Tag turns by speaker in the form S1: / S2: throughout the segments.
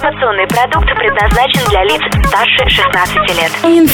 S1: Информационный продукт предназначен для лиц старше 16 лет.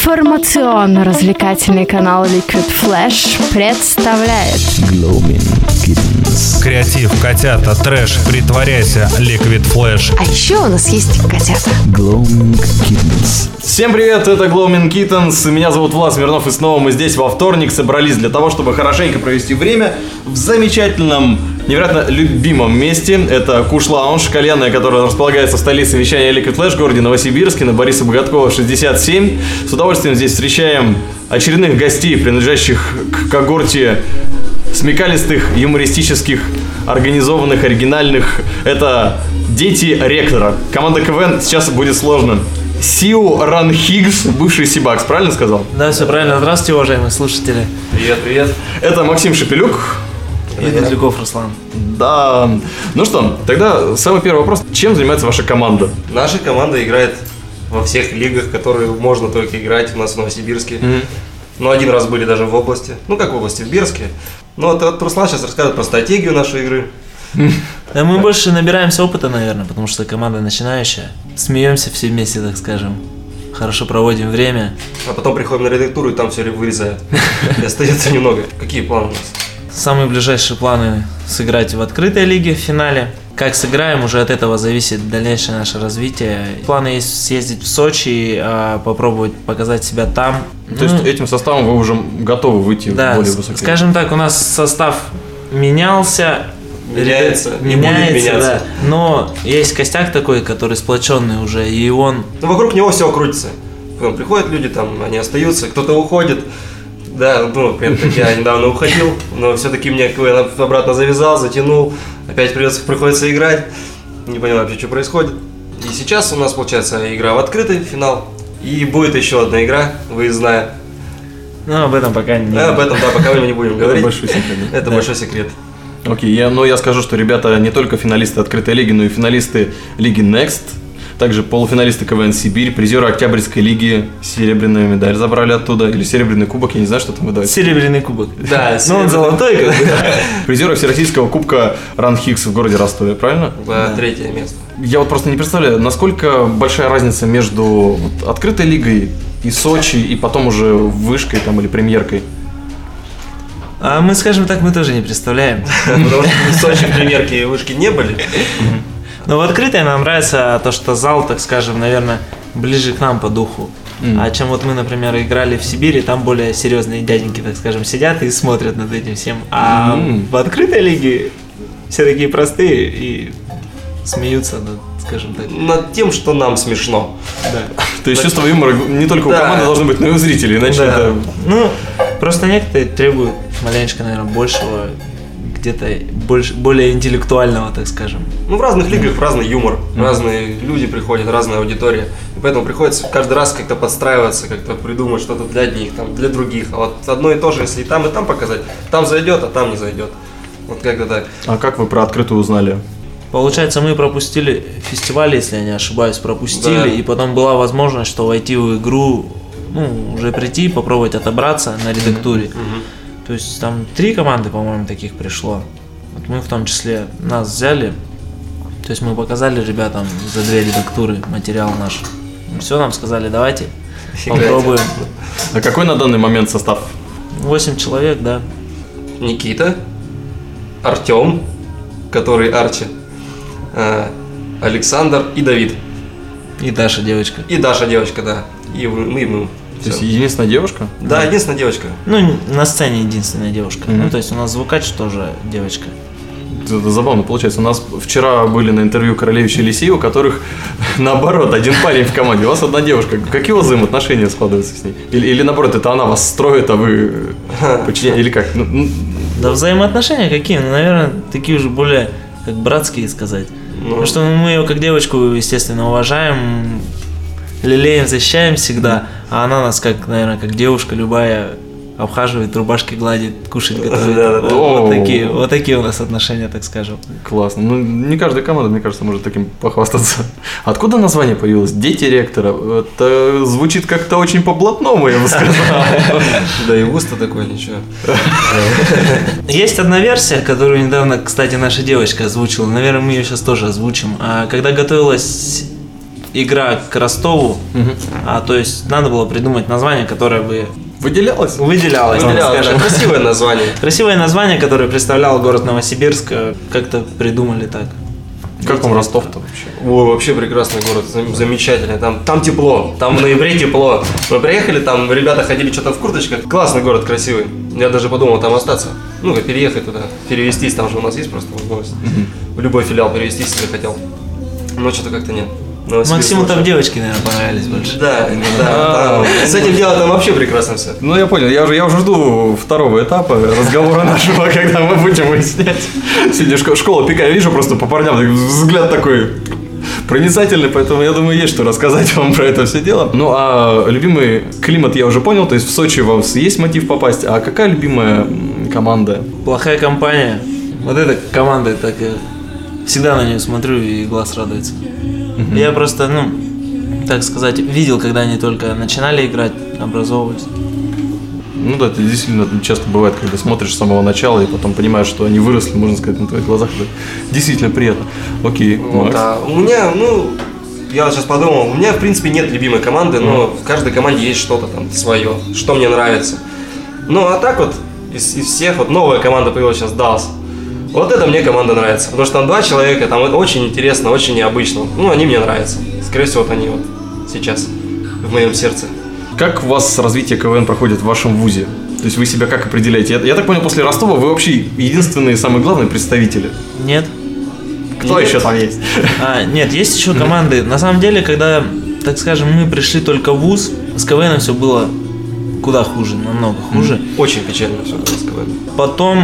S2: Информационно-развлекательный канал Liquid Flash представляет
S3: Gloaming Kittens.
S4: Креатив, котята, трэш, притворяйся, Liquid Flash.
S5: А еще у нас есть котята.
S3: Gloaming Kittens.
S6: Всем привет, это Gloaming Kittens. Меня зовут Влад Смирнов, и снова мы здесь во вторник собрались для того, чтобы хорошенько провести время в замечательном, невероятно любимом месте. Это Куш Лаунж, кальянная, которая располагается в столице вещания Liquid Flash, в городе Новосибирске, на Бориса Богаткова, 67. С удовольствием здесь встречаем очередных гостей, принадлежащих к когорте смекалистых, юмористических, организованных, оригинальных. Это дети ректора. Команда КВН сейчас будет сложно. Сиу Ран Хиггс, бывший Сибакс, правильно сказал?
S7: Да, все правильно. Здравствуйте, уважаемые слушатели.
S6: Привет, привет. Это Максим Шепелюк.
S7: И Медляков Руслан.
S6: Да. Ну что, тогда самый первый вопрос. Чем занимается ваша команда?
S8: Наша команда играет во всех лигах, которые можно только играть у нас в Новосибирске. Ну, один раз были даже в области. Ну, как в области, в Берске. Ну, вот Руслан сейчас расскажет про стратегию нашей игры.
S7: Да, мы больше набираемся опыта, наверное, потому что команда начинающая. Смеемся все вместе, так скажем. Хорошо проводим время.
S8: А потом приходим на редактуру и там все вырезают. И остается немного. Какие планы у нас?
S7: Самые ближайшие планы сыграть в открытой лиге в финале. Как сыграем, уже от этого зависит дальнейшее наше развитие. Планы есть съездить в Сочи, попробовать показать себя там.
S6: То есть этим составом вы уже готовы выйти в более высокий?
S7: Скажем так, у нас состав менялся.
S8: Меняется, не будет меняться.
S7: Да. Но есть костяк такой, который сплоченный уже, и он...
S8: Ну, вокруг него все крутится. Потом приходят люди, там, они остаются, кто-то уходит. Да, ну, например, я недавно уходил, но все-таки мне КВН обратно завязал, затянул. Опять приходится играть. Не понимаю вообще, что происходит. И сейчас у нас получается игра в открытый финал. И будет еще одна игра, выездная.
S7: Ну, об этом пока не...
S8: Об этом, да, пока мы не будем говорить.
S6: Это большой секрет.
S8: Это большой секрет.
S6: Окей, я скажу, что ребята не только финалисты открытой лиги, но и финалисты лиги Next. Также полуфиналисты КВН Сибирь, призеры Октябрьской лиги, серебряную медаль забрали оттуда, или серебряный кубок, я не знаю, что там выдают.
S7: Серебряный кубок.
S8: Да,
S7: но он золотой.
S6: Призеры Всероссийского кубка Ран Хиггс в городе Ростове, правильно?
S8: Да, третье место.
S6: Я вот просто не представляю, насколько большая разница между открытой лигой и Сочи, и потом уже вышкой там или премьеркой.
S7: А мы, скажем так, мы тоже не представляем.
S8: Потому что мы в Сочи в премьерке и вышки не были.
S7: Но в открытой нам нравится то, что зал, так скажем, наверное, ближе к нам по духу. А чем вот мы, например, играли в Сибири, там более серьезные дяденьки, так скажем, сидят и смотрят над этим всем. А в открытой лиге все такие простые и смеются над, скажем так,
S8: над тем, что нам смешно.
S7: Да.
S6: То есть чувство юмора не только у команды должно быть, но и у зрителей, иначе это...
S7: Ну, просто некоторые требуют маленечко, наверное, большего, где-то более интеллектуального, так скажем.
S8: Ну, в разных лигах разный юмор, разные люди приходят, разная аудитория. И поэтому приходится каждый раз как-то подстраиваться, как-то придумать что-то для одних, там, для других. А вот одно и то же, если и там показать, там зайдет, а там не зайдет. Вот как-то так.
S6: А как вы про открытую узнали?
S7: Получается, мы пропустили фестиваль, если я не ошибаюсь,
S8: Да.
S7: и потом была возможность, что войти в игру, ну, уже прийти, попробовать отобраться на редактуре. То есть там 3 команды, по-моему, таких пришло. Вот мы в том числе нас взяли, то есть мы показали ребятам за 2 редактуры материал наш. Все, нам сказали, давайте попробуем.
S6: А какой на данный момент состав?
S7: 8 человек, да.
S8: Никита, Артем, который Арчи, Александр и Давид.
S7: И Даша девочка.
S8: И Даша девочка, да. И мы.
S6: То есть единственная девушка?
S8: Да, единственная девочка.
S7: Ну, на сцене единственная девушка. Ну, то есть у нас звукач тоже девочка.
S6: Это забавно получается. У нас вчера были на интервью Королевич и Елисей, у которых наоборот один парень в команде, у вас одна девушка. Какие у вас взаимоотношения складываются с ней? Или наоборот, это она вас строит, а вы подчиняете? Или как?
S7: Да, взаимоотношения какие? Ну, наверное, такие уже более как братские сказать. Потому что мы ее как девочку, естественно, уважаем, лелеем, защищаем всегда, а она нас как, наверное, как девушка любая обхаживает, рубашки гладит, кушать готовит. Вот такие у нас отношения, так скажем.
S6: Классно. Ну, не каждая команда, мне кажется, может таким похвастаться. Откуда название появилось? Дети ректора. Это звучит как-то очень по-блатному, я бы сказал.
S8: Да и густо такое, ничего.
S7: Есть одна версия, которую недавно, кстати, наша девочка озвучила. Наверное, мы ее сейчас тоже озвучим. А когда готовилась игра к Ростову, то есть надо было придумать название, которое бы
S6: Выделялось?
S7: выделялось, так скажем.
S8: Красивое название.
S7: Красивое название, которое представляло город Новосибирск, как-то придумали так.
S6: Как вам Ростов-то вообще?
S8: Ой, вообще прекрасный город, замечательный. Там тепло, там в ноябре тепло. Мы приехали, там ребята ходили что-то в курточках. Классный город, красивый. Я даже подумал там остаться. Ну, переехать туда, перевестись, там же у нас есть просто возможность. В любой филиал перевестись, если хотел. Но что-то как-то нет.
S7: Максиму там девочки, наверное, понравились больше.
S8: Да. С этим делом там вообще прекрасно все.
S6: Ну, я понял, я уже жду второго этапа разговора нашего, когда мы будем выяснять. Сегодня школа пика, я вижу просто по парням, взгляд такой проницательный, поэтому я думаю, есть что рассказать вам про это все дело. Ну, а любимый климат я уже понял, то есть в Сочи у вас есть мотив попасть, а какая любимая команда?
S7: Плохая компания. Вот эта команда, так я всегда на нее смотрю и глаз радуется. Я просто, так сказать, видел, когда они только начинали играть, образовывались. Ну
S6: да, это действительно часто бывает, когда смотришь с самого начала и потом понимаешь, что они выросли, можно сказать, на твоих глазах. Это действительно приятно. Окей, Макс.
S8: Да, у меня, я вот сейчас подумал, у меня, в принципе, нет любимой команды, но в каждой команде есть что-то там свое, что мне нравится. Ну, а так вот, из всех, вот новая команда появилась сейчас, Dallas. Вот это мне команда нравится, потому что там 2 человека, там очень интересно, очень необычно. Они мне нравятся. Скорее всего, вот они вот сейчас в моем сердце.
S6: Как у вас развитие КВН проходит в вашем вузе? То есть вы себя как определяете? Я так понял, после Ростова вы вообще единственные, самые главные представители?
S7: Нет.
S6: Кто еще там есть?
S7: Нет, есть еще команды. На самом деле, когда, так скажем, мы пришли только в вуз, с КВН все было куда хуже, намного хуже.
S8: Очень печально все было с КВН.
S7: Потом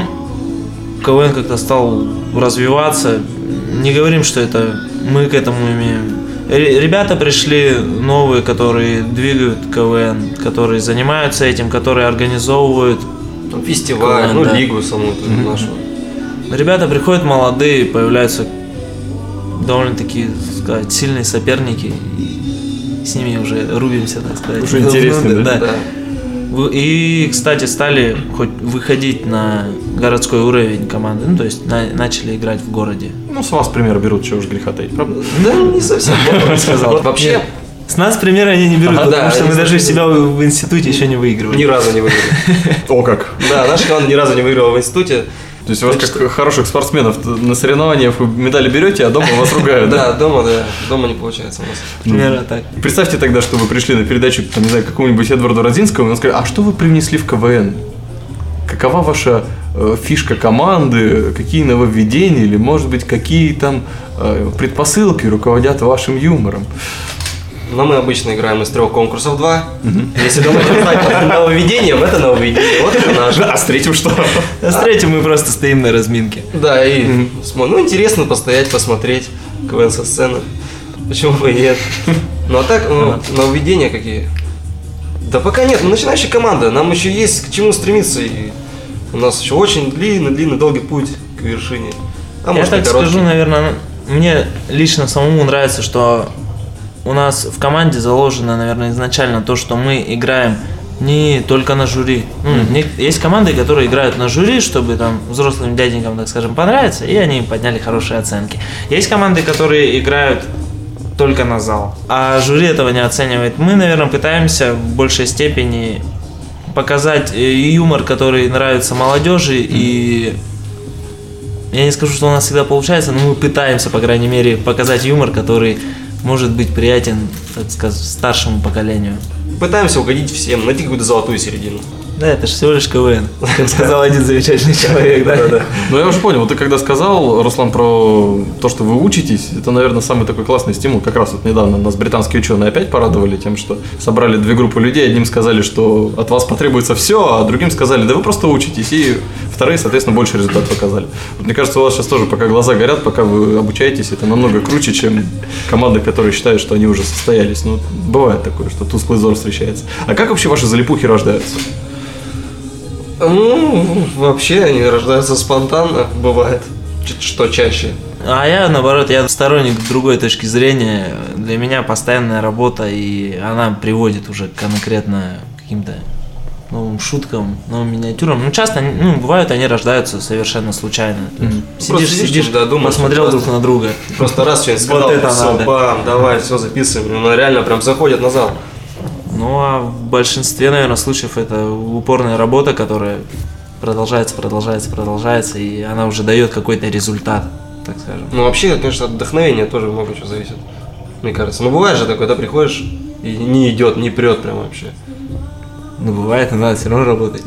S7: КВН как-то стал развиваться. Не говорим, что это мы к этому имеем. Ребята пришли новые, которые двигают КВН, которые занимаются этим, которые организовывают
S8: фестиваль,
S7: КВН, да.
S8: Лигу саму нашу.
S7: Ребята приходят молодые, появляются довольно-таки, сказать, сильные соперники. И с ними уже рубимся, так сказать.
S6: Уже интересно, да?
S8: Да.
S7: И, кстати, стали хоть выходить на городской уровень команды, то есть начали играть в городе.
S6: С вас пример берут, чего уж греха таить, правда?
S8: Да, не совсем, я бы сказал. Вообще,
S7: с нас примеры они не берут, потому что мы даже себя в институте еще не выигрывали.
S8: Ни разу не выиграли.
S6: О, как?
S8: Да, наша команда ни разу не выиграла в институте.
S6: То есть у вас как хороших спортсменов на соревнованиях вы медали берете, а дома вас ругают, да?
S8: Дома не получается у нас.
S7: Примерно так.
S6: Представьте тогда, что вы пришли на передачу, не знаю, какому-нибудь Эдварду Родзинскому, и он скажет, а что вы привнесли в КВН? Какова ваша фишка команды, какие нововведения, или, может быть, какие там предпосылки руководят вашим юмором?
S8: Но мы обычно играем из 3 конкурсов 2. Если думаете стать нововведением, это нововведение. Вот это наше.
S6: А с третьим что?
S7: А с третьим мы просто стоим на разминке.
S8: Да, и интересно постоять, посмотреть КВН со сцены. Почему бы и нет? Ну а так, нововведения какие? Да пока нет, мы начинающая команда, нам еще есть к чему стремиться. И у нас еще очень длинный, долгий путь к вершине.
S7: Я так скажу, наверное, мне лично самому нравится, что у нас в команде заложено, наверное, изначально то, что мы играем не только на жюри. Есть команды, которые играют на жюри, чтобы там взрослым дяденькам, так скажем, понравиться, и они подняли хорошие оценки. Есть команды, которые играют только на зал, а жюри этого не оценивает. Мы, наверное, пытаемся в большей степени показать юмор, который нравится молодежи, и я не скажу, что у нас всегда получается, но мы пытаемся, по крайней мере, показать юмор, который может быть приятен, так сказать, старшему поколению.
S8: Пытаемся угодить всем, найти какую-то золотую середину.
S7: Да, это же всего лишь КВН, как сказал один замечательный человек, да.
S6: Ну, я уже понял, вот ты когда сказал, Руслан, про то, что вы учитесь, это, наверное, самый такой классный стимул. Как раз вот недавно нас британские ученые опять порадовали тем, что собрали 2 группы людей. Одним сказали, что от вас потребуется все, а другим сказали, да вы просто учитесь. И вторые, соответственно, больше результат показали. Вот, мне кажется, у вас сейчас тоже, пока глаза горят, пока вы обучаетесь, это намного круче, чем команды, которые считают, что они уже состоялись. Ну, бывает такое, что тусклый взор встречается. А как вообще ваши залипухи рождаются?
S8: Вообще они рождаются спонтанно, бывает, что чаще.
S7: А я, наоборот, я сторонник другой точки зрения. Для меня постоянная работа, и она приводит уже конкретно к каким-то новым шуткам, новым миниатюрам. Ну, часто, бывают, они рождаются совершенно случайно. Сидишь,
S8: да, думаешь,
S7: посмотрел друг на друга.
S8: Просто раз что-нибудь сказал,
S7: это
S8: все,
S7: надо.
S8: бам, давай, все записываем. Ну, реально прям заходят на зал.
S7: Ну, а в большинстве, наверное, случаев это упорная работа, которая продолжается, и она уже дает какой-то результат, так скажем.
S8: Ну, вообще, конечно, от вдохновения тоже много чего зависит, мне кажется. Ну, бывает же такое, да, приходишь и не идет, не прет прям вообще.
S7: Ну, бывает, но надо все равно работать.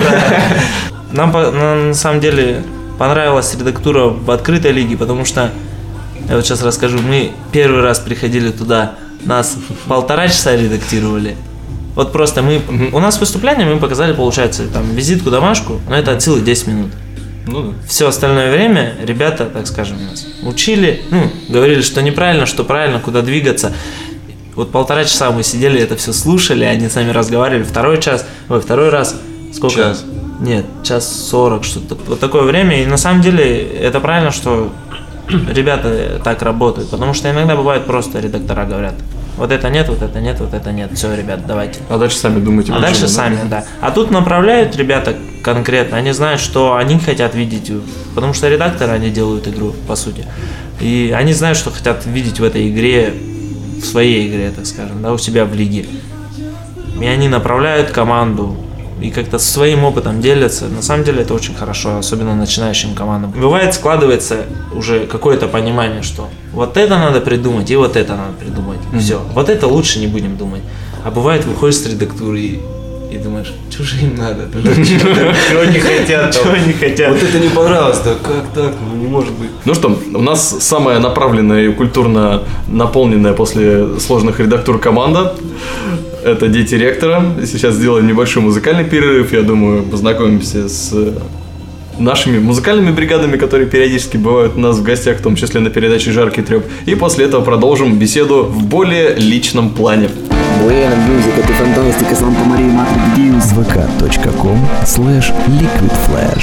S7: Нам, на самом деле, понравилась редактура в открытой лиге, потому что, я вот сейчас расскажу, мы первый раз приходили туда, нас 1,5 часа редактировали. Вот просто у нас выступление, мы показали, получается, там, визитку, домашку, но это от силы 10 минут.
S6: Ну да.
S7: Все остальное время ребята, так скажем, нас учили, говорили, что неправильно, что правильно, куда двигаться. Вот 1,5 часа мы сидели, это все слушали, они с нами разговаривали. Второй раз, сколько?
S8: Час.
S7: Нет, 1:40, что-то. Вот такое время. И на самом деле это правильно, что ребята так работают. Потому что иногда бывает просто редактора говорят: вот это нет, вот это нет, вот это нет. Все, ребят, давайте.
S6: А дальше сами думайте.
S7: А дальше сами, да. А тут направляют ребята конкретно. Они знают, что они хотят видеть. Потому что редакторы, они делают игру, по сути. И они знают, что хотят видеть в этой игре, в своей игре, так скажем, да, у себя в лиге. И они направляют команду и как-то своим опытом делятся. На самом деле это очень хорошо, особенно начинающим командам. Бывает, складывается уже какое-то понимание, что вот это надо придумать и вот это надо придумать. Все, вот это лучше не будем думать. А бывает, выходишь с редактуры и думаешь, что же им надо?
S8: Чего не хотят?
S7: Чего не хотят?
S8: Вот это не понравилось, да как так? Ну, не может быть.
S6: Ну что, у нас самая направленная и культурно наполненная после сложных редактур команда. Это дети ректора. Сейчас сделаем небольшой музыкальный перерыв. Я думаю, познакомимся с нашими музыкальными бригадами, которые периодически бывают у нас в гостях, в том числе на передаче «Жаркий трёп». И после этого продолжим беседу в более личном плане.
S3: Buena musica, tu fantastica, Santa Maria, Matrix Deus. vk.com/liquidflash.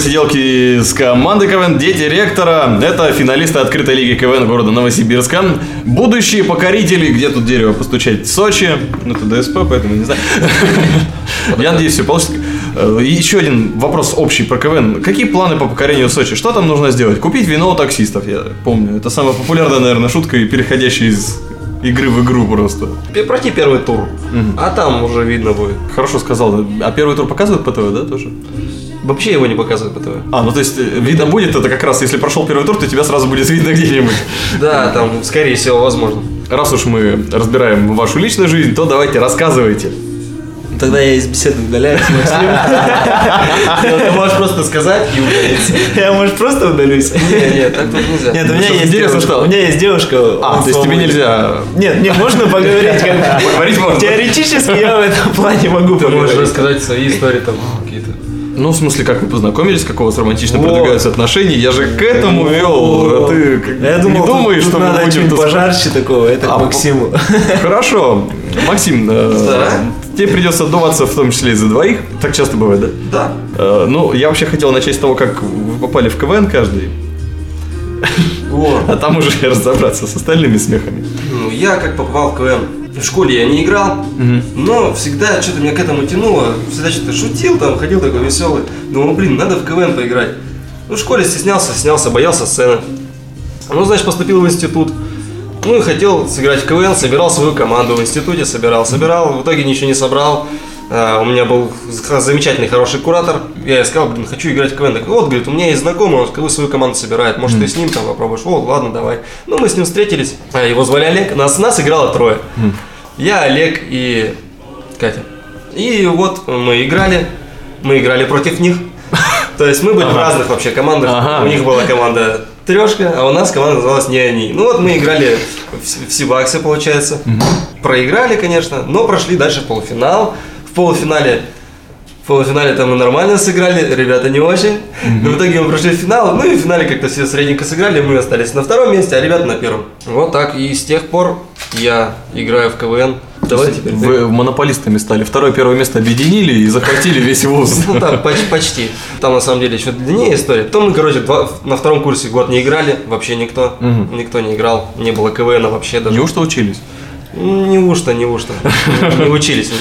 S6: посиделки с командой КВН «Дети ректора». Это финалисты открытой лиги КВН города Новосибирска. Будущие покорители, где тут дерево постучать, Сочи. Ну, это ДСП, поэтому не знаю. Я надеюсь, все получится. Еще один вопрос общий про КВН. Какие планы по покорению Сочи? Что там нужно сделать? Купить вино у таксистов, я помню. Это самая популярная, наверное, шутка, переходящая из игры в игру просто.
S8: Пройти первый тур, а там уже видно будет.
S6: Хорошо сказал. А первый тур показывают по ТВ, да, тоже?
S8: Вообще его не показывают по ТВ.
S6: Ну то есть видно будет, это как раз, если прошел первый тур, то тебя сразу будет видно где-нибудь.
S8: Да, там, скорее всего, возможно.
S6: Раз уж мы разбираем вашу личную жизнь, то давайте рассказывайте.
S7: Тогда я из беседы удаляюсь, Максим.
S8: Ты можешь просто сказать и удалиться.
S7: Я, может, просто удалюсь?
S8: Нет, так тут нельзя.
S7: Нет, у меня есть девушка. У меня есть девушка.
S6: То есть тебе нельзя...
S7: Нет, не можно поговорить.
S6: Поговорить можно.
S7: Теоретически я в этом плане могу
S8: Ты можешь
S7: поговорить.
S8: рассказать свои истории там какие-то.
S6: Ну, в смысле, как вы познакомились, как у вас романтично продвигаются отношения, я же к этому вел, а ты
S7: Я думал,
S6: не думаешь,
S7: тут
S6: что мы
S7: надо
S6: будем...
S7: чуть пожарче такого, это к Максиму.
S6: Хорошо, Максим, тебе придется отдуваться в том числе и за двоих, так часто бывает, да?
S8: Да.
S6: Ну, я вообще хотел начать с того, как вы попали в КВН каждый, а там уже разобраться с остальными смехами.
S8: Ну, я как попал в КВН. В школе я не играл, но всегда что-то меня к этому тянуло. Всегда что-то шутил, там, ходил такой веселый. Думал, надо в КВН поиграть. Ну, в школе стеснялся, боялся сцены. Ну, значит, поступил в институт. Ну, и хотел сыграть в КВН, собирал свою команду в институте, собирал. В итоге ничего не собрал. У меня был замечательный, хороший куратор. Я сказал, хочу играть в КВН. Так, вот, говорит, у меня есть знакомый, он свою команду собирает. Может, ты с ним там попробуешь? О, ладно, давай. Ну, мы с ним встретились. Его звали Олег. Нас играло трое. Я, Олег и Катя. И вот мы играли против них. То есть мы были в разных вообще командах. У них была команда трешка, а у нас команда называлась «Не они». Ну вот мы играли в Сибаксе, получается. Проиграли, конечно, но прошли дальше в полуфинал. В полуфинале там мы нормально сыграли, ребята не очень. Но в итоге мы прошли в финал. Ну и в финале как-то все средненько сыграли, мы остались на втором месте, а ребята на первом. Вот так, и с тех пор я играю в КВН. Давай теперь.
S6: Вы монополистами стали. Второе-первое место объединили и захватили весь вуз.
S8: Ну там почти. Там на самом деле еще длиннее история. Потом мы, короче, на втором курсе год не играли. Вообще никто. Никто не играл. Не было КВНа вообще даже.
S6: Неужто учились?
S8: Неужто. Не учились.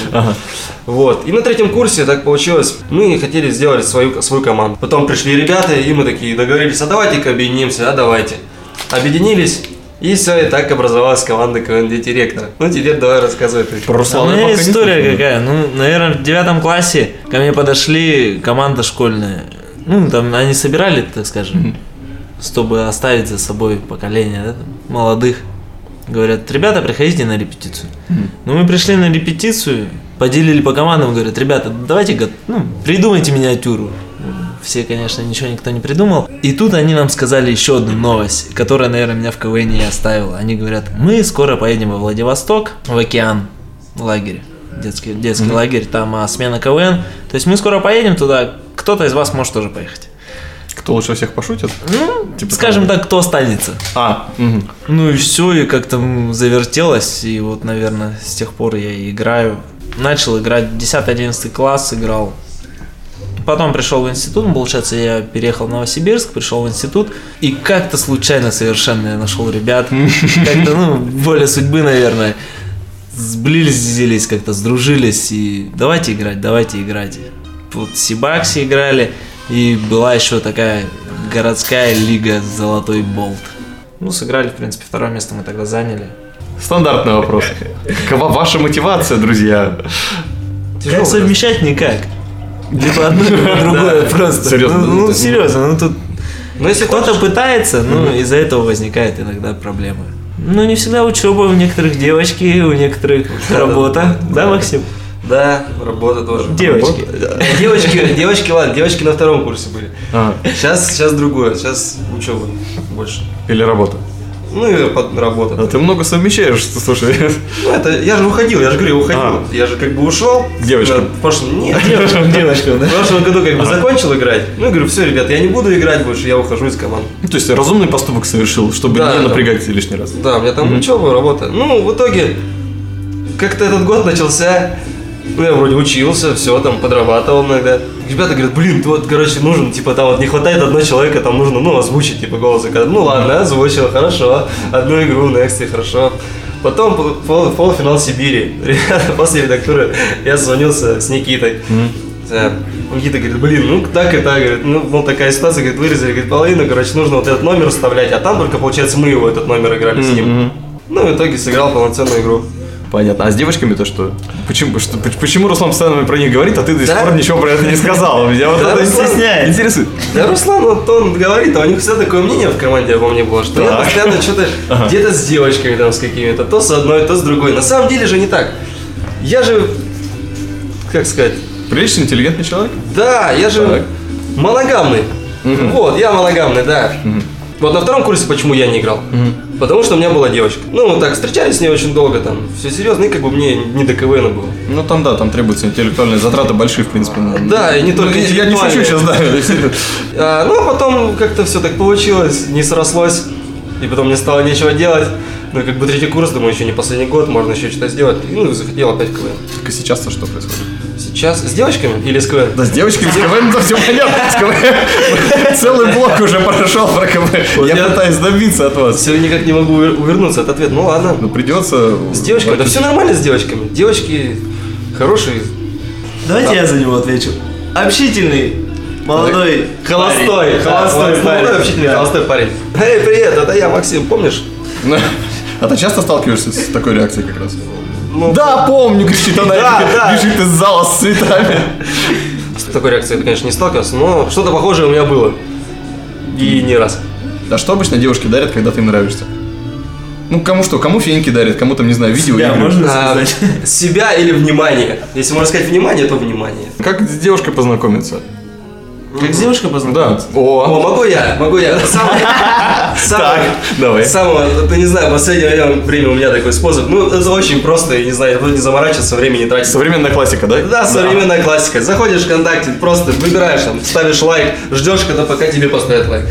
S8: Вот. И на третьем курсе так получилось. Мы хотели сделать свою команду. Потом пришли ребята, и мы такие договорились, а давайте-ка объединимся, давайте. Объединились. И все, и так образовалась команда КВН «Дети ректора». Ну, теперь давай рассказывай ты.
S6: Про Руслана.
S7: У меня история какая. Ну, наверное, в 9 классе ко мне подошли команда школьная. Ну, там они собирали, так скажем, чтобы оставить за собой поколение, да, молодых. Говорят, ребята, приходите на репетицию. Ну, мы пришли на репетицию, поделили по командам, говорят, ребята, давайте, придумайте миниатюру. Все, конечно, никто не придумал. И тут они нам сказали еще одну новость, которая, наверное, меня в КВН не оставила. Они говорят, мы скоро поедем во Владивосток, в океан, лагерь, детский лагерь, там смена КВН. То есть мы скоро поедем туда, кто-то из вас может тоже поехать.
S6: Кто лучше всех пошутит?
S7: Ну, типа скажем так, кто останется. Ну и все, и как-то завертелось, и вот, наверное, с тех пор я и играю. Начал играть 10-11 класс, играл. Потом пришел в институт, получается, я переехал в Новосибирск, пришел в институт, и как-то случайно совершенно я нашел ребят. Как-то, воля судьбы, наверное. Сблизились, как-то сдружились, и давайте играть. Вот в Сибаксе играли, и была еще такая городская лига «Золотой болт». Ну, сыграли, в принципе, второе место мы тогда заняли.
S6: Стандартный вопрос. Какова ваша мотивация, друзья?
S7: Как совмещать никак. Либо одно, либо другое просто.
S6: Серьезно?
S7: Серьезно, тут если кто-то пытается, из-за этого возникает иногда проблемы. Ну, не всегда учеба, у некоторых девочки, у некоторых работа. Да, Максим?
S8: Да, работа тоже.
S7: Девочки.
S8: Девочки, ладно, девочки на втором курсе были. Сейчас другое, сейчас учеба больше.
S6: Или работа?
S8: Ну и работа.
S6: А ты много совмещаешь, слушай.
S8: Ну это, я же уходил. Я же как бы ушел.
S6: Девочка.
S8: В прошлом, нет.
S7: Девочка, да?
S8: В прошлом году как бы закончил играть. Ну я говорю, все, ребят, я не буду играть больше, я ухожу из команды.
S6: То есть разумный поступок совершил, чтобы не напрягать лишний раз.
S8: Да, у меня там учеба, работа. Ну, в итоге, как-то этот год начался. Ну, я вроде учился, все, там, подрабатывал иногда. Ребята говорят, блин, вот, короче, нужен, типа, там вот не хватает одного человека, там нужно, ну, озвучить, типа, голос. Я говорю, ну, ладно, озвучил, хорошо. Одну игру в Next, хорошо. Потом полуфинал Сибири. После редактуры я созвонился с Никитой. Никита говорит, блин, ну так и так, говорит, ну такая ситуация, говорит, вырезали, говорит, половину, короче, нужно вот этот номер вставлять, а там только, получается, мы его, этот номер играли с ним. Ну, в итоге сыграл полноценную игру.
S6: Понятно. А с девочками-то что? Почему Руслан постоянно про них говорит, а ты до сих пор ничего про это не сказал? Меня вот это стесняет. Интересует.
S8: Да, Руслан, вот он говорит, а у них всегда такое мнение в команде, я помню, было, что я постоянно что-то где-то с девочками там, с какими-то, то с одной, то с другой. На самом деле же не так. Я же, как сказать...
S6: Приличный, интеллигентный человек?
S8: Да, я же моногамный. Вот, я моногамный, да. Вот на втором курсе почему я не играл? Потому что у меня была девочка. Ну, мы так встречались с ней очень долго, там, все серьезно, и как бы мне не до КВН было.
S6: Ну, там, да, там требуются интеллектуальные затраты большие, в принципе.
S8: Да, и не только
S6: я не шучу сейчас, да.
S8: Ну, а потом как-то все так получилось, не срослось, и потом мне стало нечего делать. Ну, как бы третий курс, думаю, еще не последний год, можно еще что-то сделать. И, ну, захотел опять КВН.
S6: Так и сейчас-то что происходит?
S8: Сейчас с девочками или с КВН?
S6: Да, с девочками, с КВН, то все понятно. С КВН целый блок уже прошел про КВН. Я пытаюсь добиться от вас.
S8: Все никак не могу увернуться от ответа. Ну ладно.
S6: Ну придется.
S8: С девочками? Да все нормально с девочками. Девочки хорошие.
S7: Давайте я за него отвечу. Общительный, молодой,
S8: холостой парень. Общительный, холостой парень. Эй, привет, это я, Максим, помнишь?
S6: А ты часто сталкиваешься с такой реакцией как раз?
S8: Ну,
S6: да, помню, кричит она, бежит из зала с цветами.
S8: С такой реакцией я, конечно, не сталкивался, но что-то похожее у меня было. И не раз.
S6: А что обычно девушки дарят, когда ты им нравишься? Ну, кому что? Кому феньки дарят, кому там, не знаю, видео.
S7: Себя можно сказать?
S8: Себя или внимание. Если можно сказать внимание, то внимание.
S6: Как с девушкой познакомиться?
S7: Как с девушкой познакомиться?
S6: Да.
S8: О, могу я.
S6: Так, давай.
S8: Ты не знаю, в последнее время у меня такой способ. Ну, это очень просто, и не знаю, не заморачиваться, времени не тратить.
S6: Современная классика, да?
S8: Да, современная классика. Заходишь в ВКонтакте, просто выбираешь там, ставишь лайк, ждешь, когда пока тебе поставят лайк.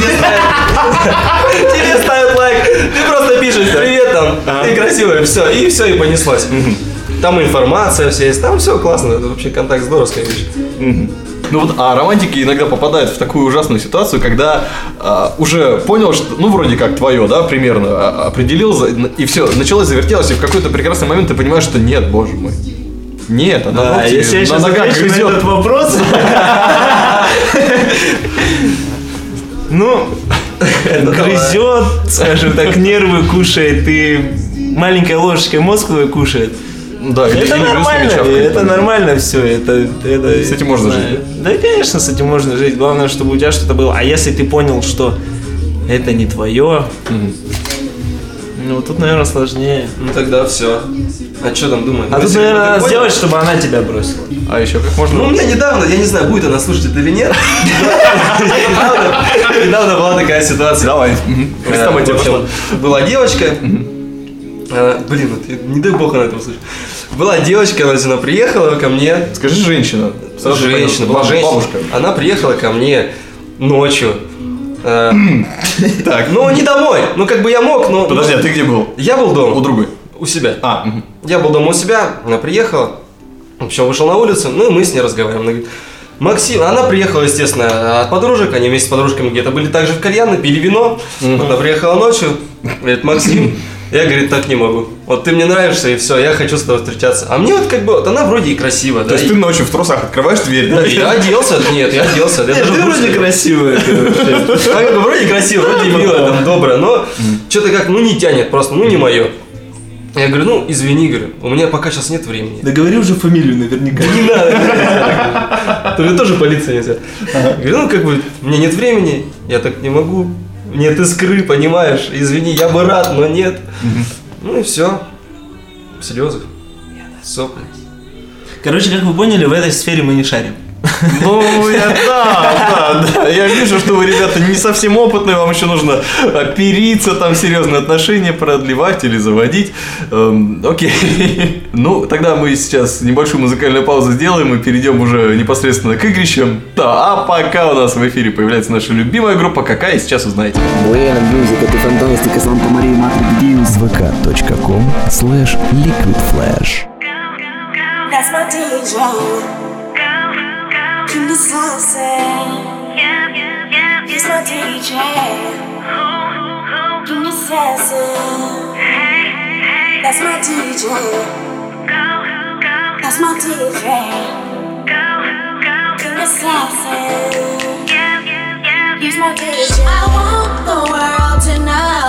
S8: Тебе ставят лайк, ты просто пишешь привет там, ты красивая, все, и понеслось. Там информация вся есть, там все классно, это вообще контакт здоровская вещь.
S6: Ну вот, а романтики иногда попадают в такую ужасную ситуацию, когда уже понял, что, ну, вроде как твое, да, примерно, определил, и все, началось, завертелось, и в какой-то прекрасный момент ты понимаешь, что нет, боже мой. Нет, она
S7: да, если я сейчас отвечу на этот вопрос, ну, грызет, скажем так, нервы кушает, и маленькой ложечкой мозг твой кушает.
S6: Да,
S7: это нормально, это нормально все. Это
S6: с этим можно жить,
S7: да? Да, конечно, с этим можно жить. Главное, чтобы у тебя что-то было. А если ты понял, что это не твое, ну тут, наверное, сложнее.
S8: Ну тогда все. А что там думать?
S7: А тут, наверное, надо сделать, чтобы она тебя бросила.
S6: А еще как можно?
S8: Ну, у меня недавно, я не знаю, будет она слушать это или нет. Недавно была такая ситуация.
S6: Давай.
S8: Была девочка. Блин, не дай бог она это услышит. Была девочка, она приехала ко мне.
S6: Скажи, женщина.
S8: Женщина, была женщина. Бабушка. Она приехала ко мне ночью. Так, ну не домой. Ну как бы я мог, но...
S6: Подожди, а ты где был?
S8: Я был дома.
S6: У другой?
S8: У себя. Я был дома у себя, она приехала. В общем, вышел на улицу, ну и мы с ней разговариваем. Она говорит, Максим, она приехала, естественно, от подружек, они вместе с подружками где-то были также в кальянной, пили вино. Она приехала ночью, говорит, Максим, я, говорит, так не могу. Вот ты мне нравишься, и все, я хочу с тобой встречаться. А мне вот как бы, вот она вроде и красивая.
S6: То есть ты ночью в трусах открываешь дверь, да?
S8: Я оделся, нет, я оделся.
S7: Ты вроде красивая.
S8: Вроде красивая, вроде милая, там, добрая, но что-то как, ну не тянет просто, ну не мое. Я говорю, ну извини, говорю, у меня пока сейчас нет времени.
S7: Да говори уже фамилию наверняка.
S8: Не надо. Тут тоже полиция нельзя. Говорю, ну как бы, у меня нет времени, я так не могу. Нет искры, понимаешь? Извини, я бы рад, но нет. Ну и все. Слезы. Сопли.
S7: Короче, как вы поняли, в этой сфере мы не шарим.
S6: Ну, да. Я вижу, что вы, ребята, не совсем опытные, вам еще нужно опериться, там серьезные отношения продлевать или заводить. Окей. Ну, тогда мы сейчас небольшую музыкальную паузу сделаем и перейдем уже непосредственно к игрищам. Да, а пока у нас в эфире появляется наша любимая группа, какая, сейчас узнаете.
S3: Buena Music, это фантастика, Санта Мария Матрик.
S9: vk.com/liquidflash. That's my DJ. King of sunset. He's my DJ. King of sunset. That's my DJ. That's my DJ. King of sunset. He's my DJ. I want the world to know.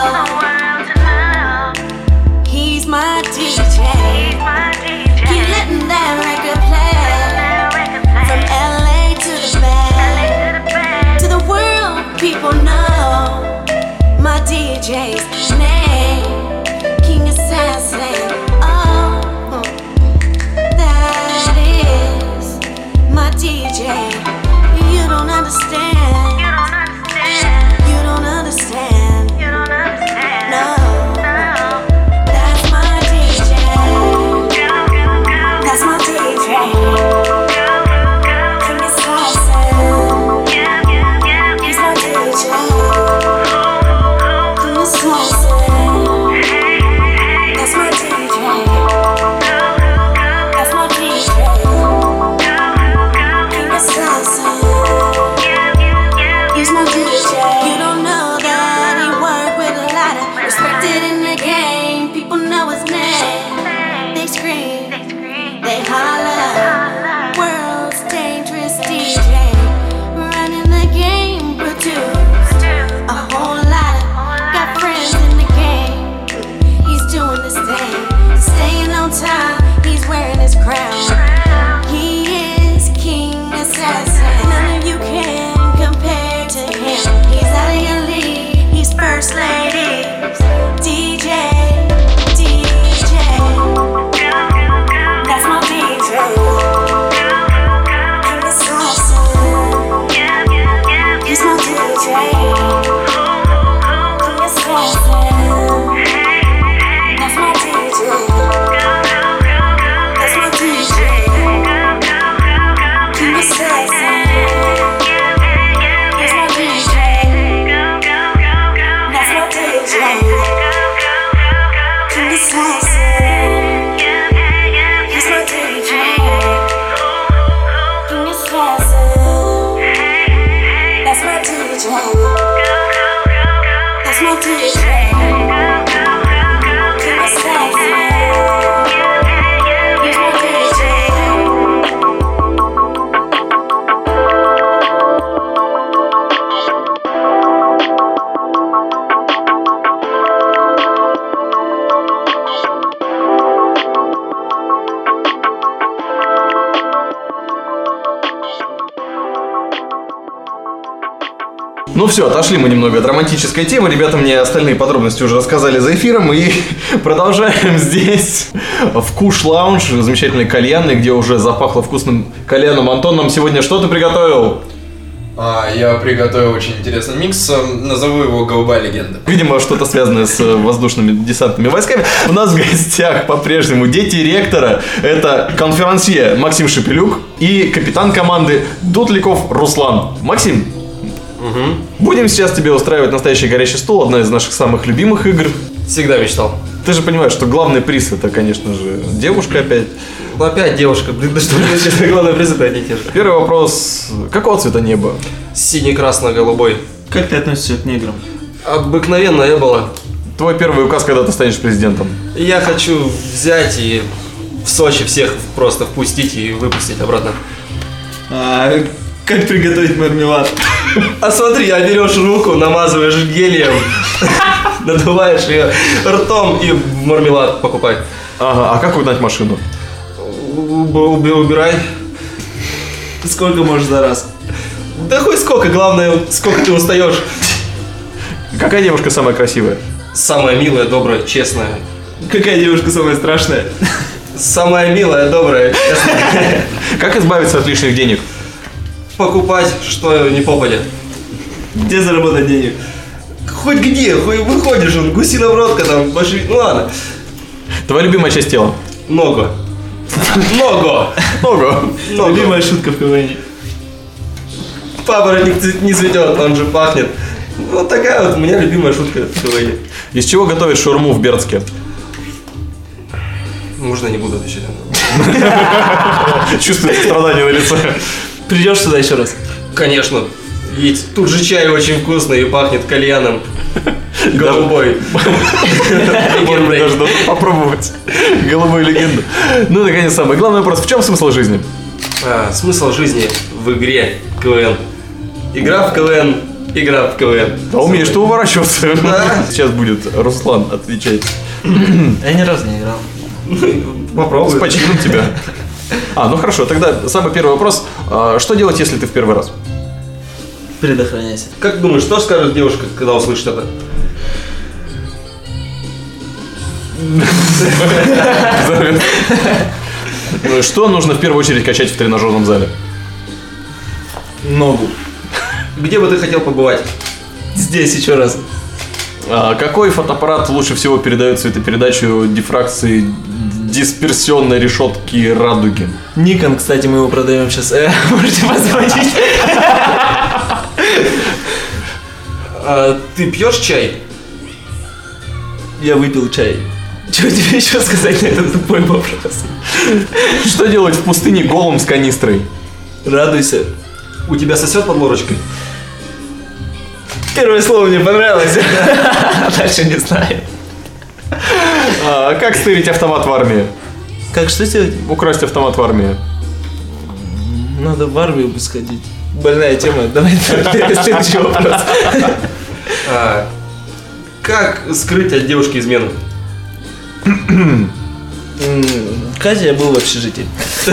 S9: He's my DJ. Keep letting that record play. From LA to the Bay. To the world, people know my DJ's name. King Assassin. Oh, that is my DJ. You don't understand. You don't understand. No. That's my DJ. That's my DJ. King Assassin. He's my DJ. King Assassin. That's my DJ. That's my DJ. King Assassin. He's my DJ. You don't know that he worked with a lot of respected in the game. People know his name. They scream, they holler. World's dangerous DJ. Running the game, produce a whole lot. Got friends in the game. He's doing this thing, staying on time. He's wearing his crown. He is King Assassin. None of you can compare to him. He's out of your league. He's first ladies. DJ. That's my DJ. King Assassin. He's my DJ. King Assassin. That's my DJ. That's my DJ. King Assassin. He's my DJ. That's my DJ. King Assassin. He's my DJ. King Assassin. That's my DJ. That's my DJ. King Assassin. He's my DJ.
S6: Ну все, отошли мы немного от романтической темы. Ребята мне остальные подробности уже рассказали за эфиром. И продолжаем здесь в Куш Лаунж, замечательной кальянной, где уже запахло вкусным кальяном. Антон нам сегодня что ты приготовил?
S10: Я приготовил очень интересный микс, назову его «Голубая легенда».
S6: Видимо, что-то связанное с воздушными десантными войсками. У нас в гостях по-прежнему дети ректора. Это конферансье Максим Шепелюк и капитан команды Дутликов Руслан. Максим, будем сейчас тебе устраивать настоящий горячий стол, одна из наших самых любимых игр.
S8: Всегда мечтал.
S6: Ты же понимаешь, что главный приз это, конечно же, девушка опять.
S8: Ну опять девушка, блин, да что мне сейчас главный приз это одни и те же.
S6: Первый вопрос. Какого цвета небо?
S8: Синий-красно-голубой.
S7: Как ты относишься к неграм?
S8: Обыкновенное было.
S6: Твой первый указ, когда ты станешь президентом?
S8: Я хочу взять и в Сочи всех просто впустить и выпустить обратно.
S7: Как приготовить мармелад?
S8: А смотри, берешь руку, намазываешь гелием, надуваешь ее ртом и мармелад покупай.
S6: Ага, а как угнать машину?
S8: Убирай.
S7: Сколько можешь за раз?
S8: Да хоть сколько, главное, сколько ты устаешь.
S6: Какая девушка самая красивая?
S8: Самая милая, добрая, честная.
S7: Какая девушка самая страшная?
S8: Самая милая, добрая, честная.
S6: Как избавиться от лишних денег?
S8: Покупать, что не попадет.
S7: Где заработать денег?
S8: Хоть где, хоть выходишь, гусиная бродка там, большой, ну ладно.
S6: Твоя любимая часть тела?
S8: Ногу. Ногу.
S7: Любимая шутка в КВН.
S8: Папоротник не цветет, он же пахнет. Вот такая вот у меня любимая шутка в КВН.
S6: Из чего готовят шаурму в Бердске?
S8: Можно я не буду отвечать?
S6: Чувствуете страдания на лице.
S7: Придешь сюда еще раз?
S8: Конечно. Ведь тут же чай очень вкусный и пахнет кальяном. Голубой.
S6: Может быть, даже попробовать. Голубую легенду. Ну, наконец, самый главный вопрос. В чем смысл жизни?
S8: Смысл жизни в игре КВН. Игра в КВН. Игра в КВН.
S6: Да умеешь ты уворачиваться. Сейчас будет Руслан отвечать.
S7: Я ни разу не играл.
S8: Попробуй.
S6: Почему тебя? Ну хорошо, тогда самый первый вопрос. Что делать, если ты в первый раз?
S7: Предохраняйся.
S8: Как думаешь, что скажет девушка, когда услышит это?
S6: Что нужно в первую очередь качать в тренажерном зале?
S7: Ногу.
S8: Где бы ты хотел побывать?
S7: Здесь еще раз.
S6: Какой фотоаппарат лучше всего передает цветопередачу дифракции дисперсионной решетки радуги?
S7: Nikon, кстати, мы его продаем сейчас. Можете позвонить.
S8: Ты пьешь чай?
S7: Я выпил чай. Чего тебе еще сказать на этот тупой вопрос?
S6: Что делать в пустыне голым с канистрой?
S7: Радуйся.
S8: У тебя сосет под ложечкой?
S7: Первое слово мне понравилось. Дальше не знаю.
S6: Как стырить автомат в армии?
S7: Как что делать?
S6: Украсть автомат в армии.
S7: Надо в армию бы сходить. Больная тема. Давай следующий вопрос.
S8: Как скрыть от девушки измену?
S7: Катя, я был в общежитии.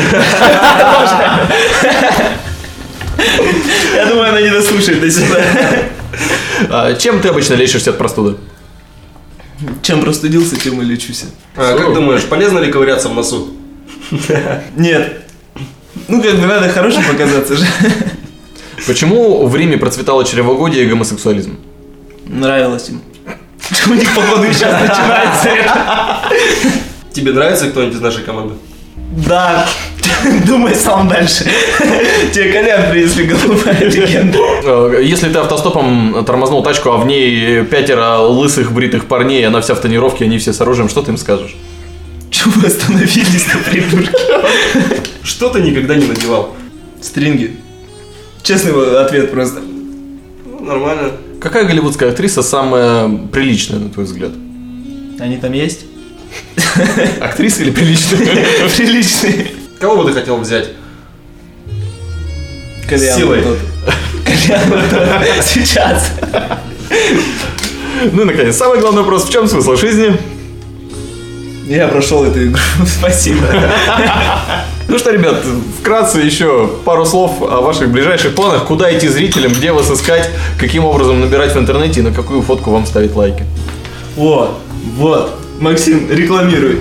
S7: Я думаю, она не дослушает до сюда.
S6: Чем ты обычно лечишься от простуды?
S7: Чем простудился, тем и лечусь.
S8: Как думаешь, полезно ли ковыряться в носу?
S7: Нет. Ну, как бы надо хорошим показаться же.
S6: Почему в Риме процветало чревоугодие и гомосексуализм?
S7: Нравилось им. У них, походу, сейчас начинается.
S8: Тебе нравится кто-нибудь из нашей команды?
S7: Да. Думай сам дальше. Тебе Колян принесли, голубая легенда.
S6: Если ты автостопом тормознул тачку, а в ней 5 лысых бритых парней, она вся в тонировке, они все с оружием, что ты им скажешь?
S7: Чего вы остановились-то, придурки?
S8: Что ты никогда не надевал?
S7: Стринги. Честный ответ просто.
S8: Нормально.
S6: Какая голливудская актриса самая приличная, на твой взгляд?
S7: Они там есть?
S6: Актриса или приличная?
S7: Приличные.
S8: Кого бы ты хотел взять?
S7: Колян.
S8: Силой.
S7: Колян сейчас.
S6: Ну и наконец, самый главный вопрос, в чем смысл жизни?
S7: Я прошел эту игру, спасибо.
S6: Ну что, ребят, вкратце еще пару слов о ваших ближайших планах. Куда идти зрителям, где вас искать, каким образом набирать в интернете и на какую фотку вам ставить лайки.
S7: Вот. Максим, рекламируй.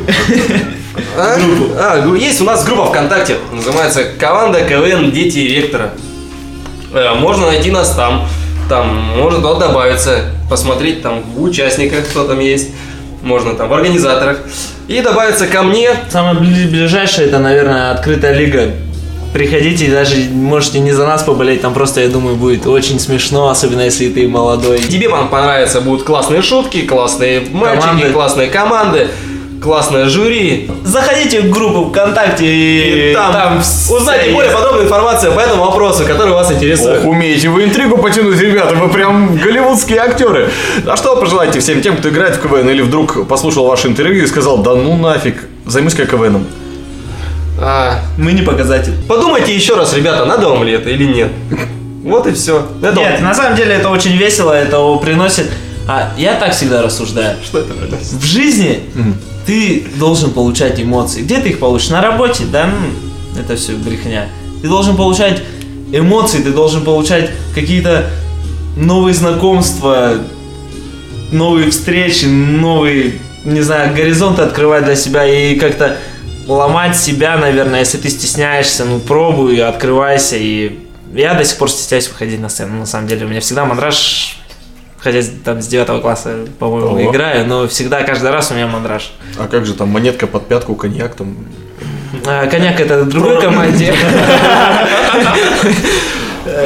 S8: Есть у нас группа ВКонтакте, называется «Команда КВН Дети Ректора». Можно найти нас там. Там можно туда добавиться, посмотреть там в участниках, кто там есть. Можно там в организаторах. И добавиться ко мне.
S7: Самое ближайшее, это, наверное, открытая лига. Приходите, даже можете не за нас поболеть, там просто, я думаю, будет очень смешно, особенно если ты молодой.
S8: Тебе понравится, будут классные шутки, классные мальчики, классные команды, классное жюри.
S7: Заходите в группу ВКонтакте и там
S8: узнайте более подробную информацию по этому вопросу, который вас интересует.
S6: Ох, умеете вы интригу потянуть, ребята, вы прям голливудские актеры. А что пожелаете всем тем, кто играет в КВН или вдруг послушал ваше интервью и сказал: да ну нафиг, займусь-ка КВНом.
S7: Мы не показатель.
S8: Подумайте еще раз, ребята, надо вам ли это или нет. Вот и все.
S7: Нет, на самом деле это очень весело, это приносит. Я так всегда рассуждаю.
S8: Что это приносит?
S7: В жизни ты должен получать эмоции. Где ты их получишь? На работе? Да, это все брехня. Ты должен получать эмоции, ты должен получать какие-то новые знакомства, новые встречи, новые, не знаю, горизонты открывать для себя и как-то ломать себя, наверное, если ты стесняешься, пробуй, открывайся. И я до сих пор стесняюсь выходить на сцену, на самом деле. У меня всегда мандраж, хотя там с 9 класса, по-моему, играю, но всегда, каждый раз у меня мандраж.
S6: А как же там монетка под пятку, коньяк там?
S7: Коньяк это в другой команде.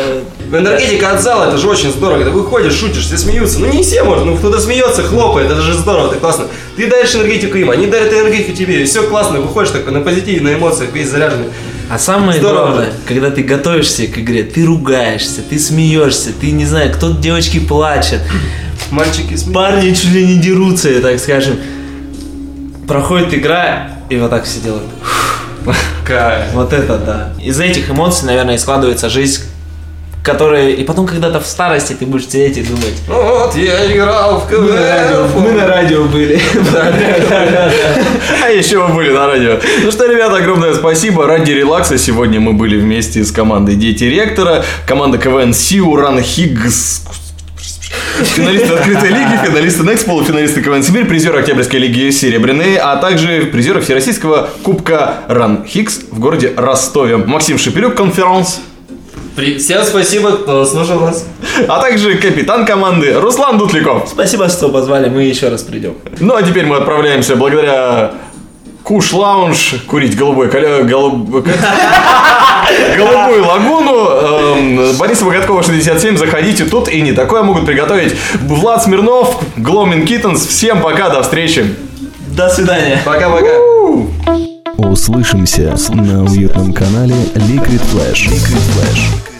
S8: Энергетика от зала, это же очень здорово. Когда выходишь, шутишь, все смеются. Ну не все, может, ну кто-то смеется, хлопает, это же здорово, это классно. Ты даришь энергетику им, они дарят энергетику тебе, и все классно, выходишь такой на позитиве, на эмоциях, весь заряженный.
S7: А самое главное, когда ты готовишься к игре, ты ругаешься, ты смеешься, ты не знаю, кто-то девочки плачет,
S8: мальчики смеются,
S7: парни чуть ли не дерутся, так скажем. Проходит игра, и вот так все делают. Вот это да. Из этих эмоций, наверное, и складывается жизнь, которая... И потом когда-то в старости ты будешь сидеть и думать.
S8: Вот я играл в КВН.
S7: Мы на радио были.
S6: А еще мы были на радио. Ну что, ребята, огромное спасибо. Ради релакса сегодня мы были вместе с командой Дети Ректора, команда КВН Сиу, Ран Хиггс, финалисты Открытой лиги, финалисты Next, полуфиналисты КВН Сибирь, призеры Октябрьской лиги Серебряные, а также призеры Всероссийского кубка Ран Хиггс в городе Ростове. Максим Шепелюк, конференц.
S8: Всем спасибо, кто слушал нас.
S6: А также капитан команды Руслан Дутляков.
S7: Спасибо, что позвали, мы еще раз придем.
S6: Ну а теперь мы отправляемся благодаря Куш Лаунж курить голубую лагуну. Бориса Богаткова 67. Заходите, тут и не такое могут приготовить. Влад Смирнов, Glowing Kittens. Всем пока, до встречи.
S7: До свидания.
S8: Пока-пока.
S11: Услышимся на уютном канале Liquid Flash.